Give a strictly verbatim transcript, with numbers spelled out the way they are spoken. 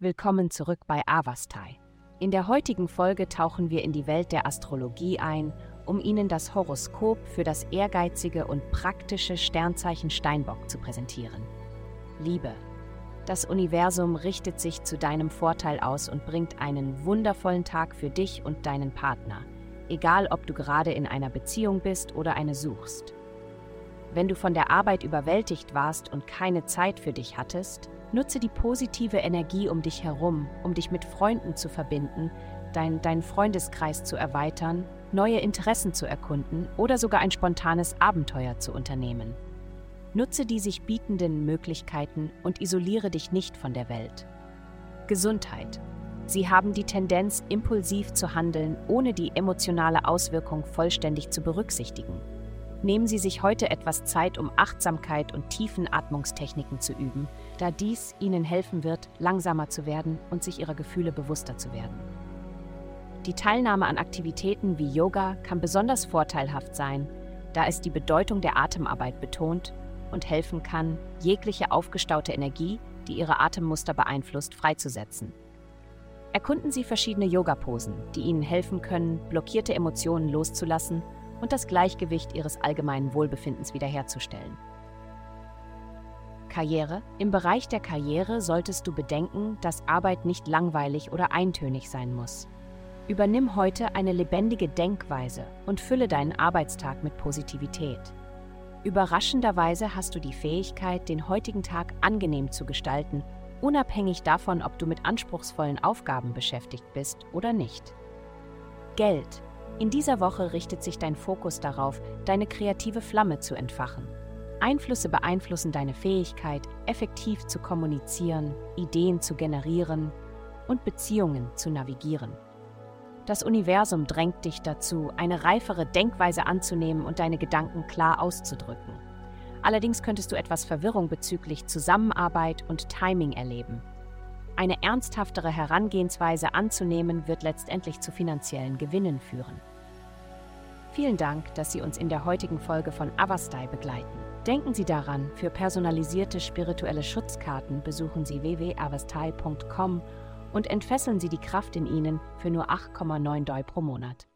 Willkommen zurück bei Avastai. In der heutigen Folge tauchen wir in die Welt der Astrologie ein, um Ihnen das Horoskop für das ehrgeizige und praktische Sternzeichen Steinbock zu präsentieren. Liebe. Das Universum richtet sich zu deinem Vorteil aus und bringt einen wundervollen Tag für dich und deinen Partner, egal ob du gerade in einer Beziehung bist oder eine suchst. Wenn du von der Arbeit überwältigt warst und keine Zeit für dich hattest, nutze die positive Energie um dich herum, um dich mit Freunden zu verbinden, dein, deinen Freundeskreis zu erweitern, neue Interessen zu erkunden oder sogar ein spontanes Abenteuer zu unternehmen. Nutze die sich bietenden Möglichkeiten und isoliere dich nicht von der Welt. Gesundheit. Sie haben die Tendenz, impulsiv zu handeln, ohne die emotionale Auswirkung vollständig zu berücksichtigen. Nehmen Sie sich heute etwas Zeit, um Achtsamkeit und tiefen Atmungstechniken zu üben, da dies Ihnen helfen wird, langsamer zu werden und sich Ihrer Gefühle bewusster zu werden. Die Teilnahme an Aktivitäten wie Yoga kann besonders vorteilhaft sein, da es die Bedeutung der Atemarbeit betont und helfen kann, jegliche aufgestaute Energie, die Ihre Atemmuster beeinflusst, freizusetzen. Erkunden Sie verschiedene Yoga-Posen, die Ihnen helfen können, blockierte Emotionen loszulassen und das Gleichgewicht Ihres allgemeinen Wohlbefindens wiederherzustellen. Karriere. Im Bereich der Karriere solltest du bedenken, dass Arbeit nicht langweilig oder eintönig sein muss. Übernimm heute eine lebendige Denkweise und fülle deinen Arbeitstag mit Positivität. Überraschenderweise hast du die Fähigkeit, den heutigen Tag angenehm zu gestalten, unabhängig davon, ob du mit anspruchsvollen Aufgaben beschäftigt bist oder nicht. Geld. In dieser Woche richtet sich dein Fokus darauf, deine kreative Flamme zu entfachen. Einflüsse beeinflussen deine Fähigkeit, effektiv zu kommunizieren, Ideen zu generieren und Beziehungen zu navigieren. Das Universum drängt dich dazu, eine reifere Denkweise anzunehmen und deine Gedanken klar auszudrücken. Allerdings könntest du etwas Verwirrung bezüglich Zusammenarbeit und Timing erleben. Eine ernsthaftere Herangehensweise anzunehmen, wird letztendlich zu finanziellen Gewinnen führen. Vielen Dank, dass Sie uns in der heutigen Folge von Avastai begleiten. Denken Sie daran, für personalisierte spirituelle Schutzkarten besuchen Sie w w w punkt avastai punkt com und entfesseln Sie die Kraft in Ihnen für nur acht Komma neun Doi pro Monat.